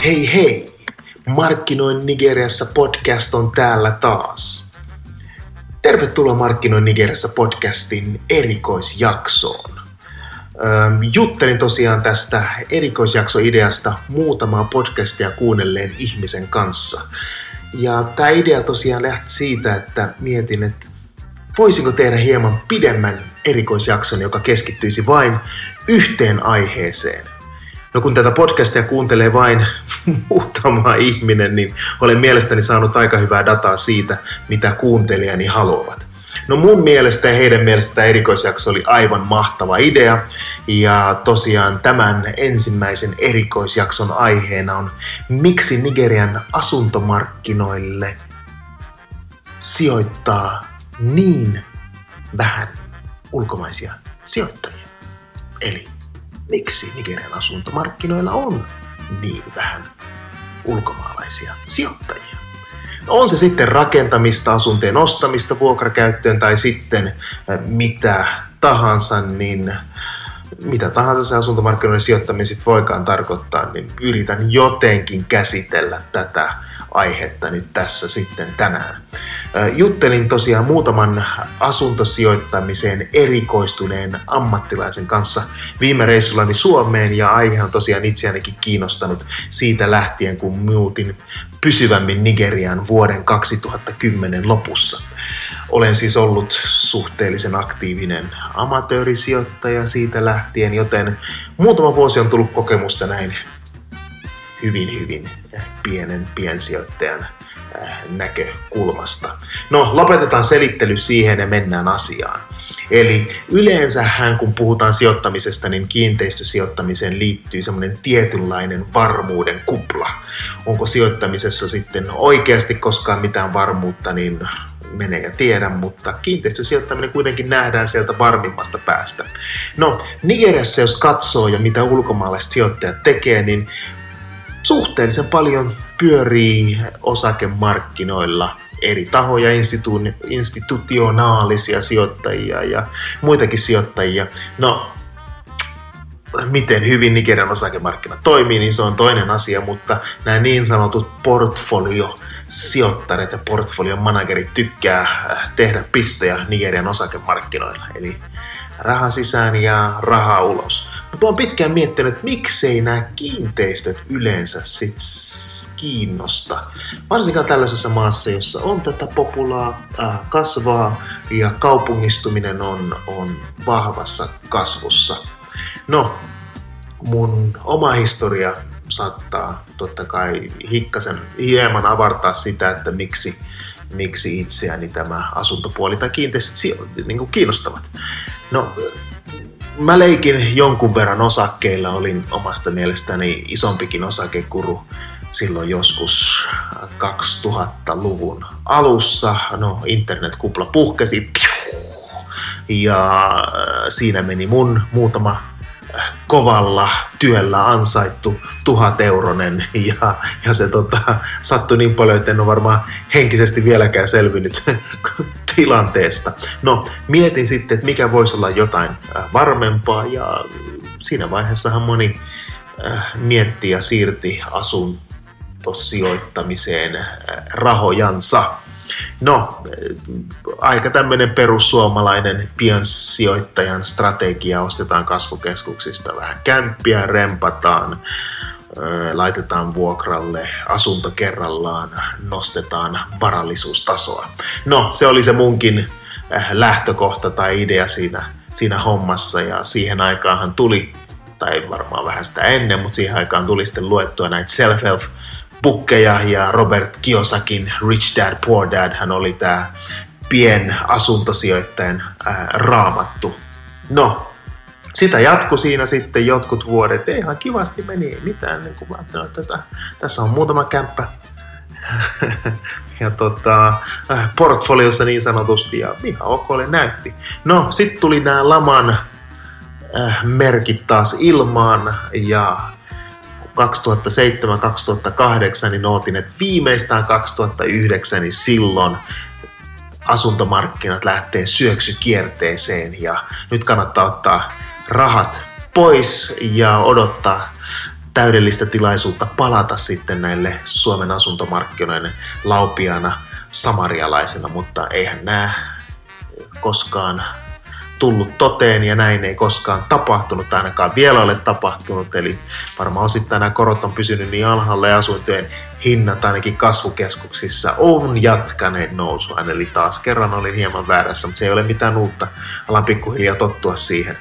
Hei hei! Markkinoin Nigeriassa podcast on täällä taas. Tervetuloa Markkinoin Nigeriassa podcastin erikoisjaksoon. Juttelin tosiaan tästä erikoisjaksoideasta muutamaa podcastia kuunnelleen ihmisen kanssa. Ja tämä idea tosiaan lähti siitä, että mietin, että voisinko tehdä hieman pidemmän erikoisjakson, joka keskittyisi vain yhteen aiheeseen. No kun tätä podcastia kuuntelee vain muutama ihminen, niin olen mielestäni saanut aika hyvää dataa siitä, mitä kuuntelijani haluavat. No mun mielestä ja heidän mielestä tämä erikoisjakso oli aivan mahtava idea. Ja tosiaan tämän ensimmäisen erikoisjakson aiheena on, miksi Nigerian asuntomarkkinoille sijoittaa niin vähän ulkomaisia sijoittajia. Eli miksi Nigerian asuntomarkkinoilla on niin vähän ulkomaalaisia sijoittajia? No on se sitten rakentamista, asuntojen ostamista vuokrakäyttöön tai sitten mitä tahansa, niin mitä tahansa se asuntomarkkinoiden sijoittaminen sitten voikaan tarkoittaa, niin yritän jotenkin käsitellä tätä aihetta nyt tässä sitten tänään. Juttelin tosiaan muutaman asuntosijoittamiseen erikoistuneen ammattilaisen kanssa viime reissullani Suomeen, ja aihe on tosiaan itseänikin kiinnostanut siitä lähtien, kun muutin pysyvämmin Nigeriaan vuoden 2010 lopussa. Olen siis ollut suhteellisen aktiivinen amatöörisijoittaja siitä lähtien, joten muutama vuosi on tullut kokemusta näin hyvin piensijoittajan näkökulmasta. No, lopetetaan selittely siihen ja mennään asiaan. Eli yleensähän kun puhutaan sijoittamisesta, niin kiinteistösijoittamiseen liittyy semmoinen tietynlainen varmuuden kupla. Onko sijoittamisessa sitten oikeasti koskaan mitään varmuutta, niin mene ja tiedä, mutta kiinteistösijoittaminen kuitenkin nähdään sieltä varmimmasta päästä. No, Nigeriassa jos katsoo ja mitä ulkomaalaiset sijoittajat tekee, niin suhteellisen paljon pyörii osakemarkkinoilla eri tahoja, institutionaalisia sijoittajia ja muitakin sijoittajia. No, miten hyvin Nigerian osakemarkkinat toimii, niin se on toinen asia, mutta nämä niin sanotut portfoliosijoittarit ja portfoliomanagerit tykkää tehdä pistoja Nigerian osakemarkkinoilla, eli raha sisään ja raha ulos. Mutta olen pitkään miettinyt, että miksei nämä kiinteistöt yleensä sit kiinnosta. Varsinkaan tällaisessa maassa, jossa on tätä populaa kasvaa ja kaupungistuminen on vahvassa kasvussa. No, mun oma historia saattaa totta kai hieman avartaa sitä, että miksi itseäni tämä asuntopuoli tai kiinteistöt niin kiinnostavat. No, mä leikin jonkun verran osakkeilla, olin omasta mielestäni isompikin osakekuru silloin joskus 2000-luvun alussa. No, internetkupla puhkesi ja siinä meni mun muutama kovalla työllä ansaittu 1000-euronen ja se sattui niin paljon, että en ole varmaan henkisesti vieläkään selvinnyt tilanteesta. No, mietin sitten, että mikä voisi olla jotain varmempaa, ja siinä vaiheessahan moni mietti ja siirti asuntosijoittamiseen rahojansa. No, aika tämmöinen perussuomalainen piensijoittajan strategia, ostetaan kasvukeskuksista vähän kämppiä, rempataan, laitetaan vuokralle asunto kerrallaan, nostetaan varallisuustasoa. No, se oli se munkin lähtökohta tai idea siinä hommassa, ja siihen aikaanhan tuli, tai varmaan vähän sitä ennen, mutta siihen aikaan tuli sitten luettua näitä self-help bukkeja, ja Robert Kiyosakin Rich Dad Poor Dad, hän oli tää pien asuntosijoittajan raamattu. No, sitä jatkui siinä sitten jotkut vuodet, ihan kivasti meni, ei mitään, niin kuin tässä on muutama kämppä ja portfoliossa niin sanotusti, ja ihan okolle näytti. No, sitten tuli nämä laman merkit taas ilmaan, ja 2007-2008 niin ootin, että viimeistään 2009 niin silloin asuntomarkkinat lähtee syöksykierteeseen, ja nyt kannattaa ottaa rahat pois ja odottaa täydellistä tilaisuutta palata sitten näille Suomen asuntomarkkinoiden laupiana samarialaisena, mutta eihän nämä koskaan tullut toteen ja näin ei koskaan tapahtunut, ainakaan vielä ole tapahtunut, eli varmaan osittain nämä korot on pysynyt niin alhaalla ja asuntojen hinnat ainakin kasvukeskuksissa on jatkaneet nousuaan, eli taas kerran olin hieman väärässä, mutta se ei ole mitään uutta, alan pikkuhiljaa tottua siihen.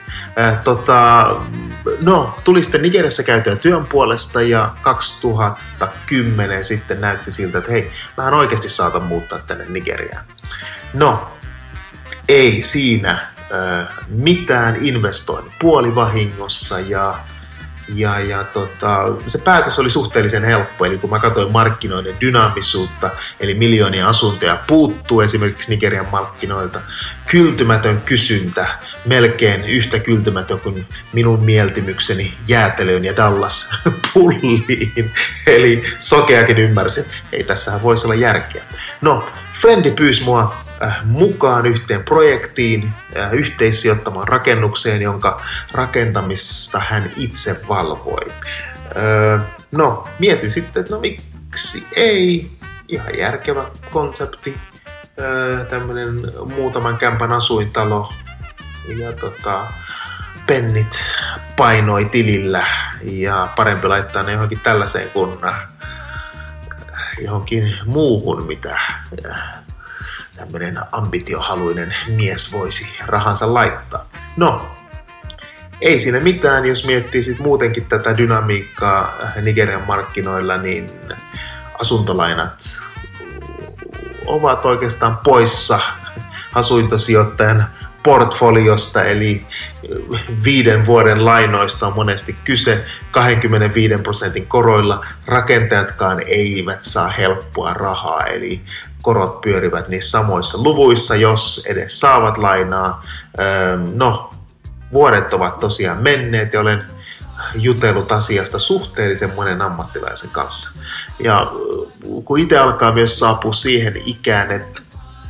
Tuli sitten Nigeriassa käytyä työn puolesta ja 2010 sitten näytti siltä, että hei, mähän oikeasti saatan muuttaa tänne Nigeriaan. No, ei siinä mitään, investoin puolivahingossa ja se päätös oli suhteellisen helppo, eli kun mä katsoin markkinoiden dynaamisuutta, eli miljoonia asuntoja puuttuu esimerkiksi Nigerian markkinoilta, kyltymätön kysyntä, melkein yhtä kyltymätön kuin minun mieltymykseni jäätelöön ja Dallas pulliin, eli sokeakin ymmärsin, ei tässähän voisi olla järkeä. No, frendi pyysi mua mukaan yhteen projektiin, yhteissijoittamaan rakennukseen, jonka rakentamista hän itse valvoi. Mietin sitten, että miksi ei, ihan järkevä konsepti, tämmönen muutaman kämpän asuintalo ja pennit painoi tilillä ja parempi laittaa ne johonkin tällaiseen kuin johonkin muuhun, mitä tämmöinen ambitiohaluinen mies voisi rahansa laittaa. No, ei siinä mitään, jos miettii sit muutenkin tätä dynamiikkaa Nigerian markkinoilla, niin asuntolainat ovat oikeastaan poissa asuintosijoittajan portfoliosta, eli 5 vuoden lainoista on monesti kyse 25% koroilla. Rakentajatkaan eivät saa helppoa rahaa, eli korot pyörivät niissä samoissa luvuissa, jos edes saavat lainaa. Vuodet ovat tosiaan menneet ja olen jutellut asiasta suhteellisen monen ammattilaisen kanssa. Ja kun itse alkaa myös saapua siihen ikään, että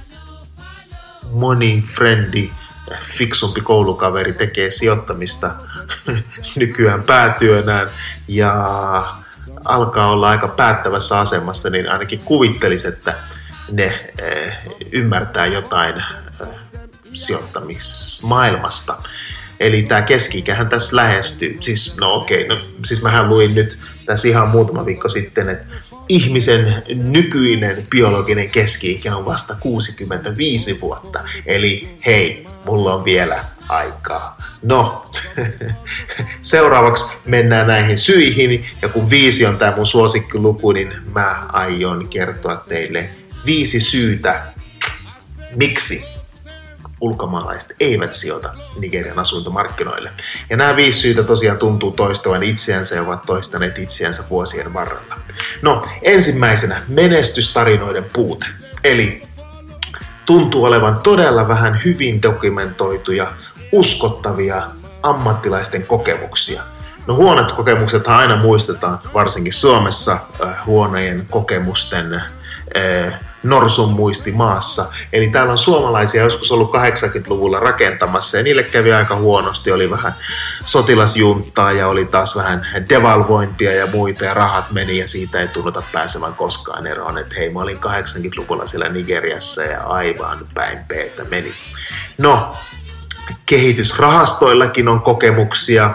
moni frendi, fiksumpi koulukaveri tekee sijoittamista nykyään päätyönään ja alkaa olla aika päättävässä asemassa, niin ainakin kuvittelisi, että ne ymmärtää jotain sijoittamismaailmasta. Eli tämä keski-ikähän tässä lähestyy. Siis mähän luin nyt tässä ihan muutama viikko sitten, että ihmisen nykyinen biologinen keski-ikä on vasta 65 vuotta. Eli hei, mulla on vielä aikaa. No, seuraavaksi mennään näihin syihin. Ja kun 5 on tämä mun suosikkiluku, niin mä aion kertoa teille 5 syytä, miksi ulkomaalaiset eivät sijoita Nigerian asuntomarkkinoille. Ja nämä 5 syytä tosiaan tuntuu toistavan itseänsä ja ovat toistaneet itseänsä vuosien varrella. No, ensimmäisenä menestystarinoiden puute. Eli tuntuu olevan todella vähän hyvin dokumentoituja, uskottavia ammattilaisten kokemuksia. No, huonot kokemuksethan aina muistetaan, varsinkin Suomessa huonojen kokemusten norsun muisti maassa. Eli täällä on suomalaisia joskus ollut 80-luvulla rakentamassa ja niille kävi aika huonosti. Oli vähän sotilasjunttaa ja oli taas vähän devalvointia ja muita ja rahat meni ja siitä ei tunnuta pääsemään koskaan eroon. Että hei, mä olin 80-luvulla siellä Nigeriassa ja aivan päin peetä meni. No, kehitysrahastoillakin on kokemuksia,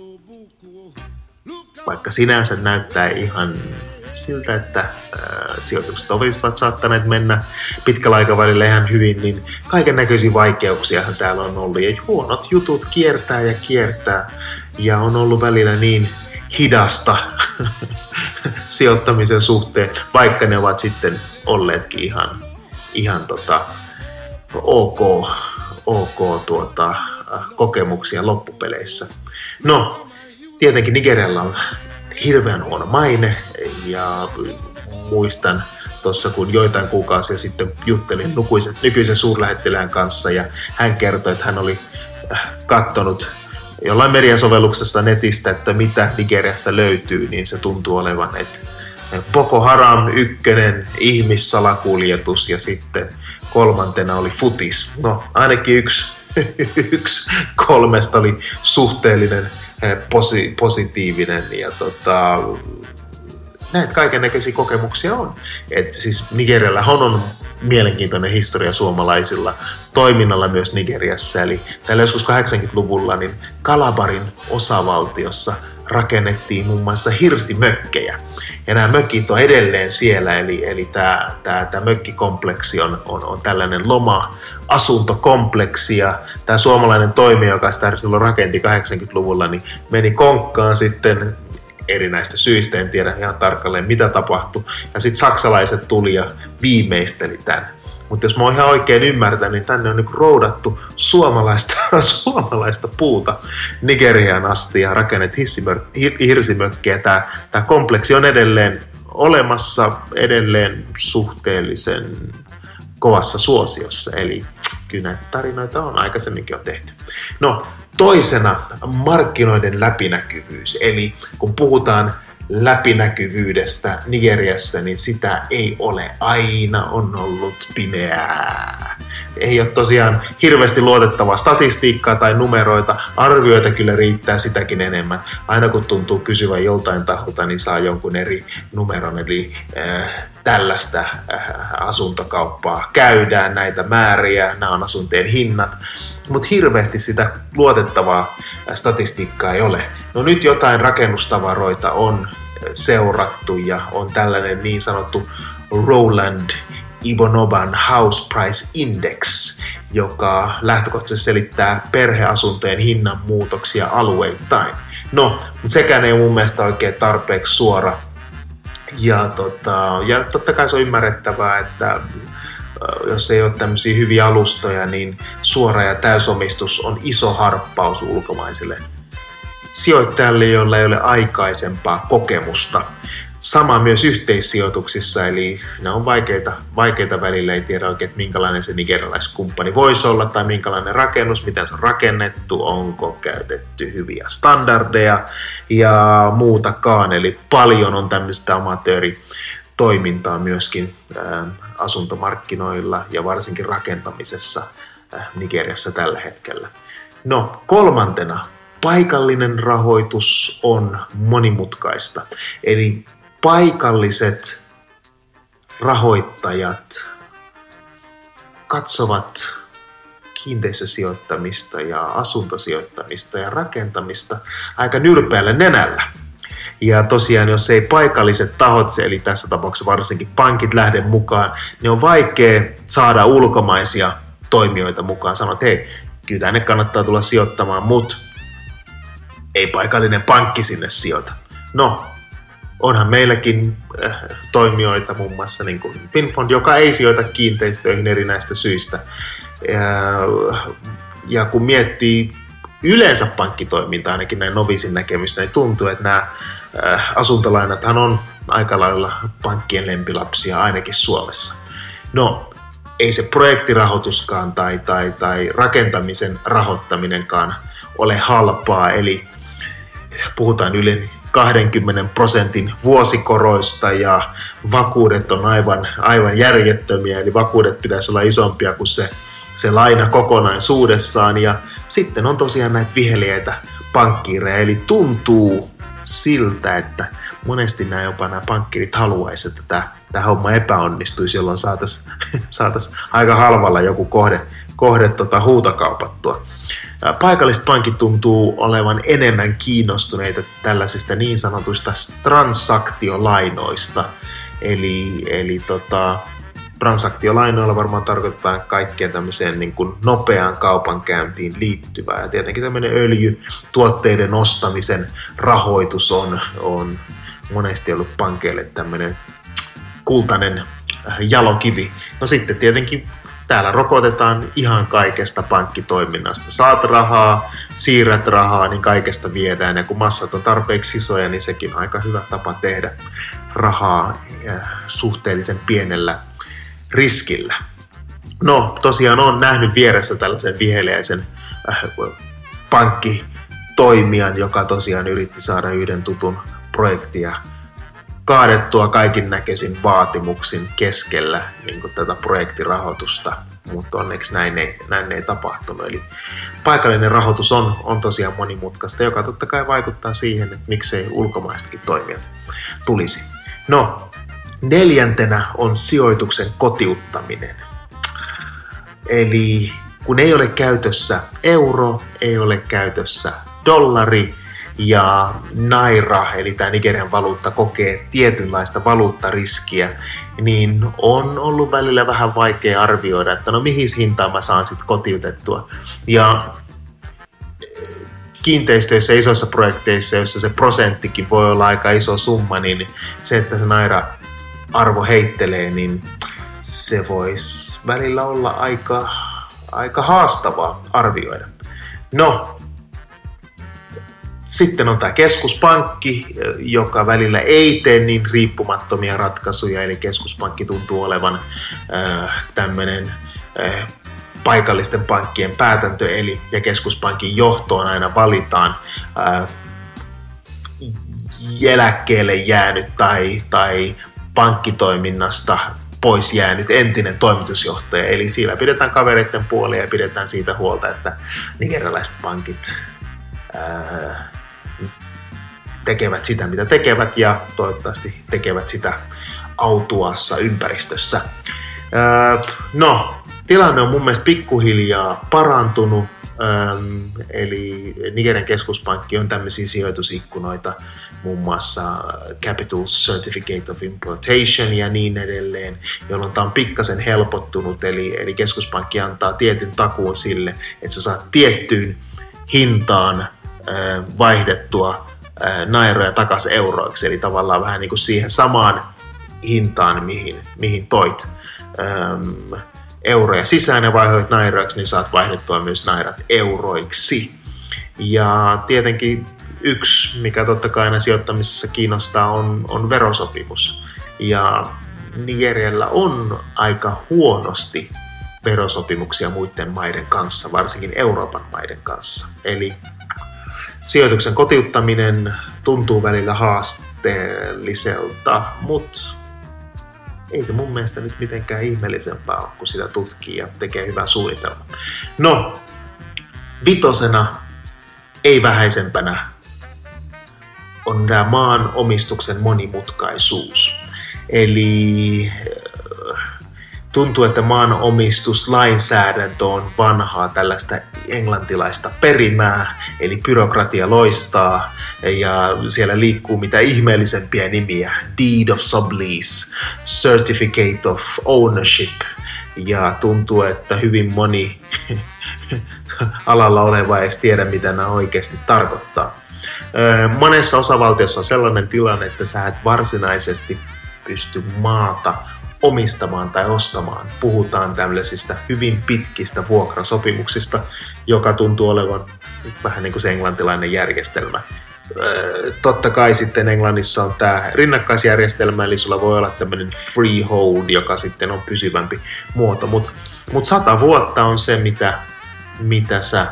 vaikka sinänsä näyttää ihan siltä, että sijoitukset olisivat saattaneet mennä pitkällä aikavälillä ihan hyvin, niin kaiken näköisiä vaikeuksiahan täällä on ollut. Ja huonot jutut kiertää ja kiertää ja on ollut välillä niin hidasta sijoittamisen suhteen, vaikka ne ovat sitten olleetkin ihan kokemuksia loppupeleissä. No, tietenkin Nigerialla on hirveän huono maine ja muistan tuossa, kun joitain kuukausia sitten juttelin nykyisen suurlähettilään kanssa ja hän kertoi, että hän oli katsonut jollain mediasovelluksesta netistä, että mitä Nigeriasta löytyy, niin se tuntuu olevan, että Boko Haram 1, ihmissalakuljetus ja sitten 3. oli futis. No, ainakin yksi 3 oli suhteellinen positiivinen ja näitä kaikennäköisiä kokemuksia on. Että siis Nigerialla on mielenkiintoinen historia suomalaisilla toiminnalla myös Nigeriassa. Eli täällä joskus 80-luvulla niin Calabarin osavaltiossa rakennettiin muun muassa hirsimökkejä. Ja nämä mökit on edelleen siellä, eli tämä mökkikompleksi on tällainen loma-asuntokompleksi. Ja tämä suomalainen toimija, joka sitä silloin rakenti 80-luvulla, niin meni konkkaan sitten erinäistä syistä, en tiedä ihan tarkalleen mitä tapahtui. Ja sitten saksalaiset tuli ja viimeisteli tämän. Mutta jos mä oon ihan oikein ymmärtänyt, niin tänne on niinku roudattu suomalaista puuta Nigeriaan asti ja rakennettu hirsimökkejä. Tämä kompleksi on edelleen olemassa, edelleen suhteellisen kovassa suosiossa. Eli kyllä näitä tarinoita on aikaisemminkin jo tehty. No, toisena markkinoiden läpinäkyvyys. Eli kun puhutaan läpinäkyvyydestä Nigeriassa, niin sitä ei ole. Aina on ollut pimeää. Ei ole tosiaan hirveästi luotettavaa statistiikkaa tai numeroita. Arvioita kyllä riittää sitäkin enemmän. Aina kun tuntuu kysyvän joltain taholta, niin saa jonkun eri numeron. Eli tällaista asuntokauppaa käydään, näitä määriä, nämä on asuntojen hinnat. Mutta hirveästi sitä luotettavaa statistiikkaa ei ole. No nyt jotain rakennustavaroita on seurattu ja on tällainen niin sanottu Rowland Ibonoban House Price Index, joka lähtökohtaisesti selittää perheasuntojen hinnan muutoksia alueittain. No, mutta sekään ei ole mun mielestä oikein tarpeeksi suora. Ja totta kai se on ymmärrettävää, että jos ei ole tämmöisiä hyviä alustoja, niin suora ja täysomistus on iso harppaus ulkomaisille sijoittajalle, joilla ei ole aikaisempaa kokemusta. Sama myös yhteissijoituksissa, eli ne on vaikeita välillä, ei tiedä oikein, että minkälainen se nigerialaiskumppani voisi olla tai minkälainen rakennus, miten se on rakennettu, onko käytetty hyviä standardeja ja muutakaan. Eli paljon on tämmöistä amatööritoimintaa myöskin asuntomarkkinoilla ja varsinkin rakentamisessa Nigeriassa tällä hetkellä. No, kolmantena paikallinen rahoitus on monimutkaista. Eli paikalliset rahoittajat katsovat kiinteistösijoittamista ja asuntosijoittamista ja rakentamista aika nyrpeällä nenällä. Ja tosiaan, jos ei paikalliset tahot, eli tässä tapauksessa varsinkin pankit lähde mukaan, niin on vaikea saada ulkomaisia toimijoita mukaan. Sanoa, että hei, kyllä tänne kannattaa tulla sijoittamaan, mutta ei paikallinen pankki sinne sijoita. No, onhan meilläkin toimijoita, muun muassa niin kuin Finnfund, joka ei sijoita kiinteistöihin erinäistä syistä. Ja kun miettii yleensä pankkitoimintaa, ainakin näin novisin näkemystä, niin tuntuu, että nämä asuntolainathan on aika lailla pankkien lempilapsia, ainakin Suomessa. No, ei se projektirahoituskaan tai rakentamisen rahoittaminenkaan ole halpaa, eli puhutaan yli 20% vuosikoroista ja vakuudet on aivan järjettömiä, eli vakuudet pitäisi olla isompia kuin se laina kokonaisuudessaan. Ja sitten on tosiaan näitä viheliäitä pankkiireja, eli tuntuu siltä, että monesti nämä pankkiirit haluaisivat, että tämä homma epäonnistuisi, jolloin saataisiin aika halvalla joku kohde huutokaupattua. Paikalliset pankit tuntuu olevan enemmän kiinnostuneita tällaisista niin sanotuista transaktiolainoista. Eli transaktiolainoilla varmaan tarkoittaa kaikkea tämmöiseen niin kuin nopeaan kaupankäyntiin liittyvää. Ja tietenkin tämmöinen öljytuotteiden ostamisen rahoitus on monesti ollut pankeille tämmöinen kultainen jalokivi. No sitten tietenkin täällä rokotetaan ihan kaikesta pankkitoiminnasta. Saat rahaa, siirrät rahaa, niin kaikesta viedään. Ja kun massat on tarpeeksi isoja, niin sekin on aika hyvä tapa tehdä rahaa suhteellisen pienellä riskillä. No, tosiaan olen nähnyt vieressä tällaisen viheliäisen pankkitoimijan, joka tosiaan yritti saada yhden tutun projektia kaadettua kaikin näköisin vaatimuksin keskellä niin kuin tätä projektirahoitusta. mutta onneksi näin ei tapahtunut. Eli paikallinen rahoitus on tosiaan monimutkaista, joka totta kai vaikuttaa siihen, että miksei ulkomaistakin toimijat tulisi. No, 4. on sijoituksen kotiuttaminen. Eli kun ei ole käytössä euro, ei ole käytössä dollari ja naira, eli tämä Nigerian valuutta kokee tietynlaista valuuttariskiä, niin on ollut välillä vähän vaikea arvioida, että no mihin hintaan mä saan sitten kotiutettua. Ja kiinteistöissä, isoissa projekteissa, joissa se prosenttikin voi olla aika iso summa, niin se, että se naira-arvo heittelee, niin se voisi välillä olla aika haastavaa arvioida. No, sitten on tämä keskuspankki, joka välillä ei tee niin riippumattomia ratkaisuja, eli keskuspankki tuntuu olevan tämmöinen paikallisten pankkien päätäntöeli, ja keskuspankin johtoon aina valitaan eläkkeelle jäänyt tai pankkitoiminnasta pois jäänyt entinen toimitusjohtaja. Eli siellä pidetään kavereiden puolia ja pidetään siitä huolta, että nigerialaiset pankit tekevät sitä, mitä tekevät, ja toivottavasti tekevät sitä autuaassa ympäristössä. No, tilanne on mun mielestä pikkuhiljaa parantunut, eli Nigerian keskuspankki on tämmöisiä sijoitusikkunoita, muun muassa Capital Certificate of Importation ja niin edelleen, jolloin tämä on pikkasen helpottunut, eli keskuspankki antaa tietyn takuun sille, että sä saat tiettyyn hintaan vaihdettua nairoja takaisin euroiksi, eli tavallaan vähän niin kuin siihen samaan hintaan, mihin toit euroja sisään ja vaihdoit nairoiksi, niin saat vaihdettua myös nairat euroiksi. Ja tietenkin yksi, mikä totta kai aina sijoittamisessa kiinnostaa, on verosopimus. Ja Nigerialla on aika huonosti verosopimuksia muiden maiden kanssa, varsinkin Euroopan maiden kanssa. Eli sijoituksen kotiuttaminen tuntuu välillä haasteelliselta, mutta ei se mun mielestä nyt mitenkään ihmeellisempää ole, kun sitä tutkii ja tekee hyvää suunnitelmaa. No, 5. ei vähäisempänä on tämä maan omistuksen monimutkaisuus. Eli tuntuu, että maanomistuslainsäädäntö on vanhaa tällaista englantilaista perimää, eli byrokratia loistaa ja siellä liikkuu mitä ihmeellisempiä nimiä, Deed of Sublease, Certificate of Ownership, ja tuntuu, että hyvin moni alalla oleva ei edes tiedä, mitä nämä oikeasti tarkoittaa. Monessa osavaltiossa on sellainen tilanne, että sä et varsinaisesti pysty maata omistamaan tai ostamaan. Puhutaan tällaisista hyvin pitkistä vuokrasopimuksista, joka tuntuu olevan vähän niin kuin se englantilainen järjestelmä. Totta kai sitten Englannissa on tämä rinnakkaisjärjestelmä, eli sulla voi olla tämmöinen freehold, joka sitten on pysyvämpi muoto, mutta 100 vuotta on se, mitä sä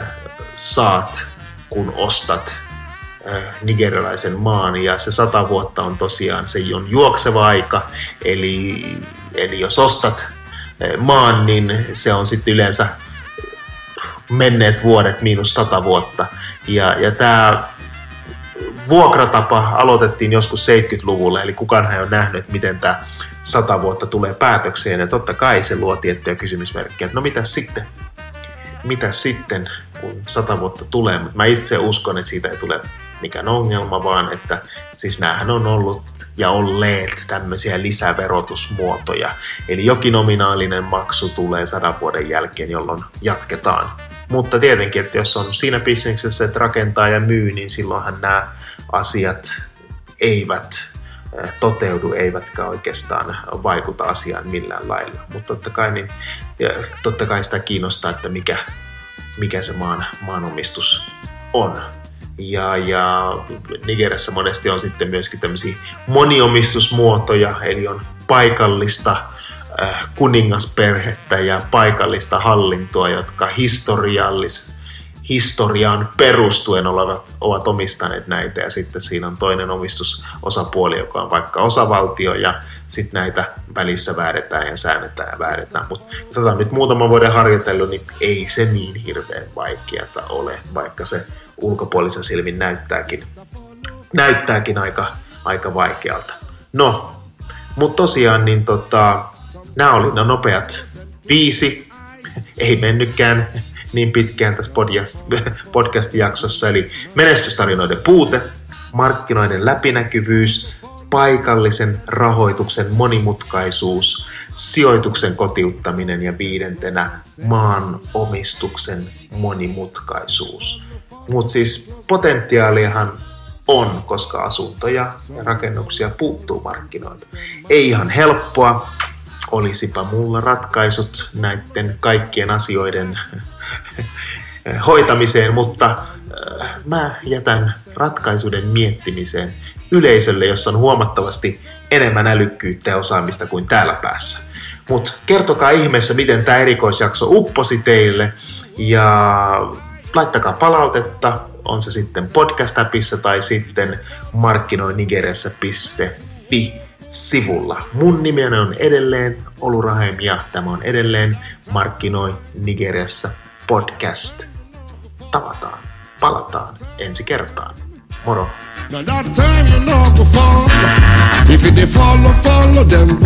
saat, kun ostat nigerialaisen maan, ja se 100 vuotta on tosiaan, se on juokseva aika, eli jos ostat maan, niin se on sitten yleensä menneet vuodet miinus 100 vuotta, ja tämä vuokratapa aloitettiin joskus 70-luvulla, eli kukaan ei ole nähnyt, miten tämä 100 vuotta tulee päätökseen, ja totta kai se luo tiettyjä kysymysmerkkejä, että no mitä sitten, kun 100 vuotta tulee, mutta mä itse uskon, että siitä ei tule mikään ongelma, vaan että siis näähän on ollut ja olleet tämmöisiä lisäverotusmuotoja, eli jokin nominaalinen maksu tulee 100 vuoden jälkeen, jolloin jatketaan. Mutta tietenkin, että jos on siinä bisneksessä, että rakentaa ja myy, niin silloinhan nämä asiat eivät toteudu, eivätkä oikeastaan vaikuta asiaan millään lailla. Mutta totta kai sitä kiinnostaa, että mikä se maanomistus on. Ja Nigeriassa monesti on sitten myöskin tämmöisiä moniomistusmuotoja, eli on paikallista kuningasperhettä ja paikallista hallintoa, jotka historiaan perustuen ovat omistaneet näitä, ja sitten siinä on toinen omistusosapuoli, joka on vaikka osavaltio, ja sitten näitä välissä väädetään ja väädetään. Mutta tätä on nyt muutaman vuoden harjoitellut, niin ei se niin hirveän vaikeata ole, vaikka se ulkopuolisen silmin näyttääkin aika vaikealta. No, mutta tosiaan niin nämä oli nopeat 5, ei mennytkään niin pitkään tässä podcast-jaksossa, eli menestystarinoiden puute, markkinoiden läpinäkyvyys, paikallisen rahoituksen monimutkaisuus, sijoituksen kotiuttaminen ja 5. maanomistuksen monimutkaisuus. Mutta siis potentiaaliahan on, koska asuntoja ja rakennuksia puuttuu markkinoilta. Ei ihan helppoa, olisipa mulla ratkaisut näiden kaikkien asioiden hoitamiseen, mutta mä jätän ratkaisuiden miettimiseen yleisölle, jossa on huomattavasti enemmän älykkyyttä ja osaamista kuin täällä päässä. Mutta kertokaa ihmeessä, miten tämä erikoisjakso upposi teille, ja laittakaa palautetta, on se sitten podcast-appissa tai sitten markkinoinigeriassa.fi-sivulla. Mun nimeni on edelleen Olu Raheim ja tämä on edelleen Markkinoi Nigeriassa podcast. Tavataan, palataan ensi kertaan. Moro! Now that time you know go fall. If you dey follow them.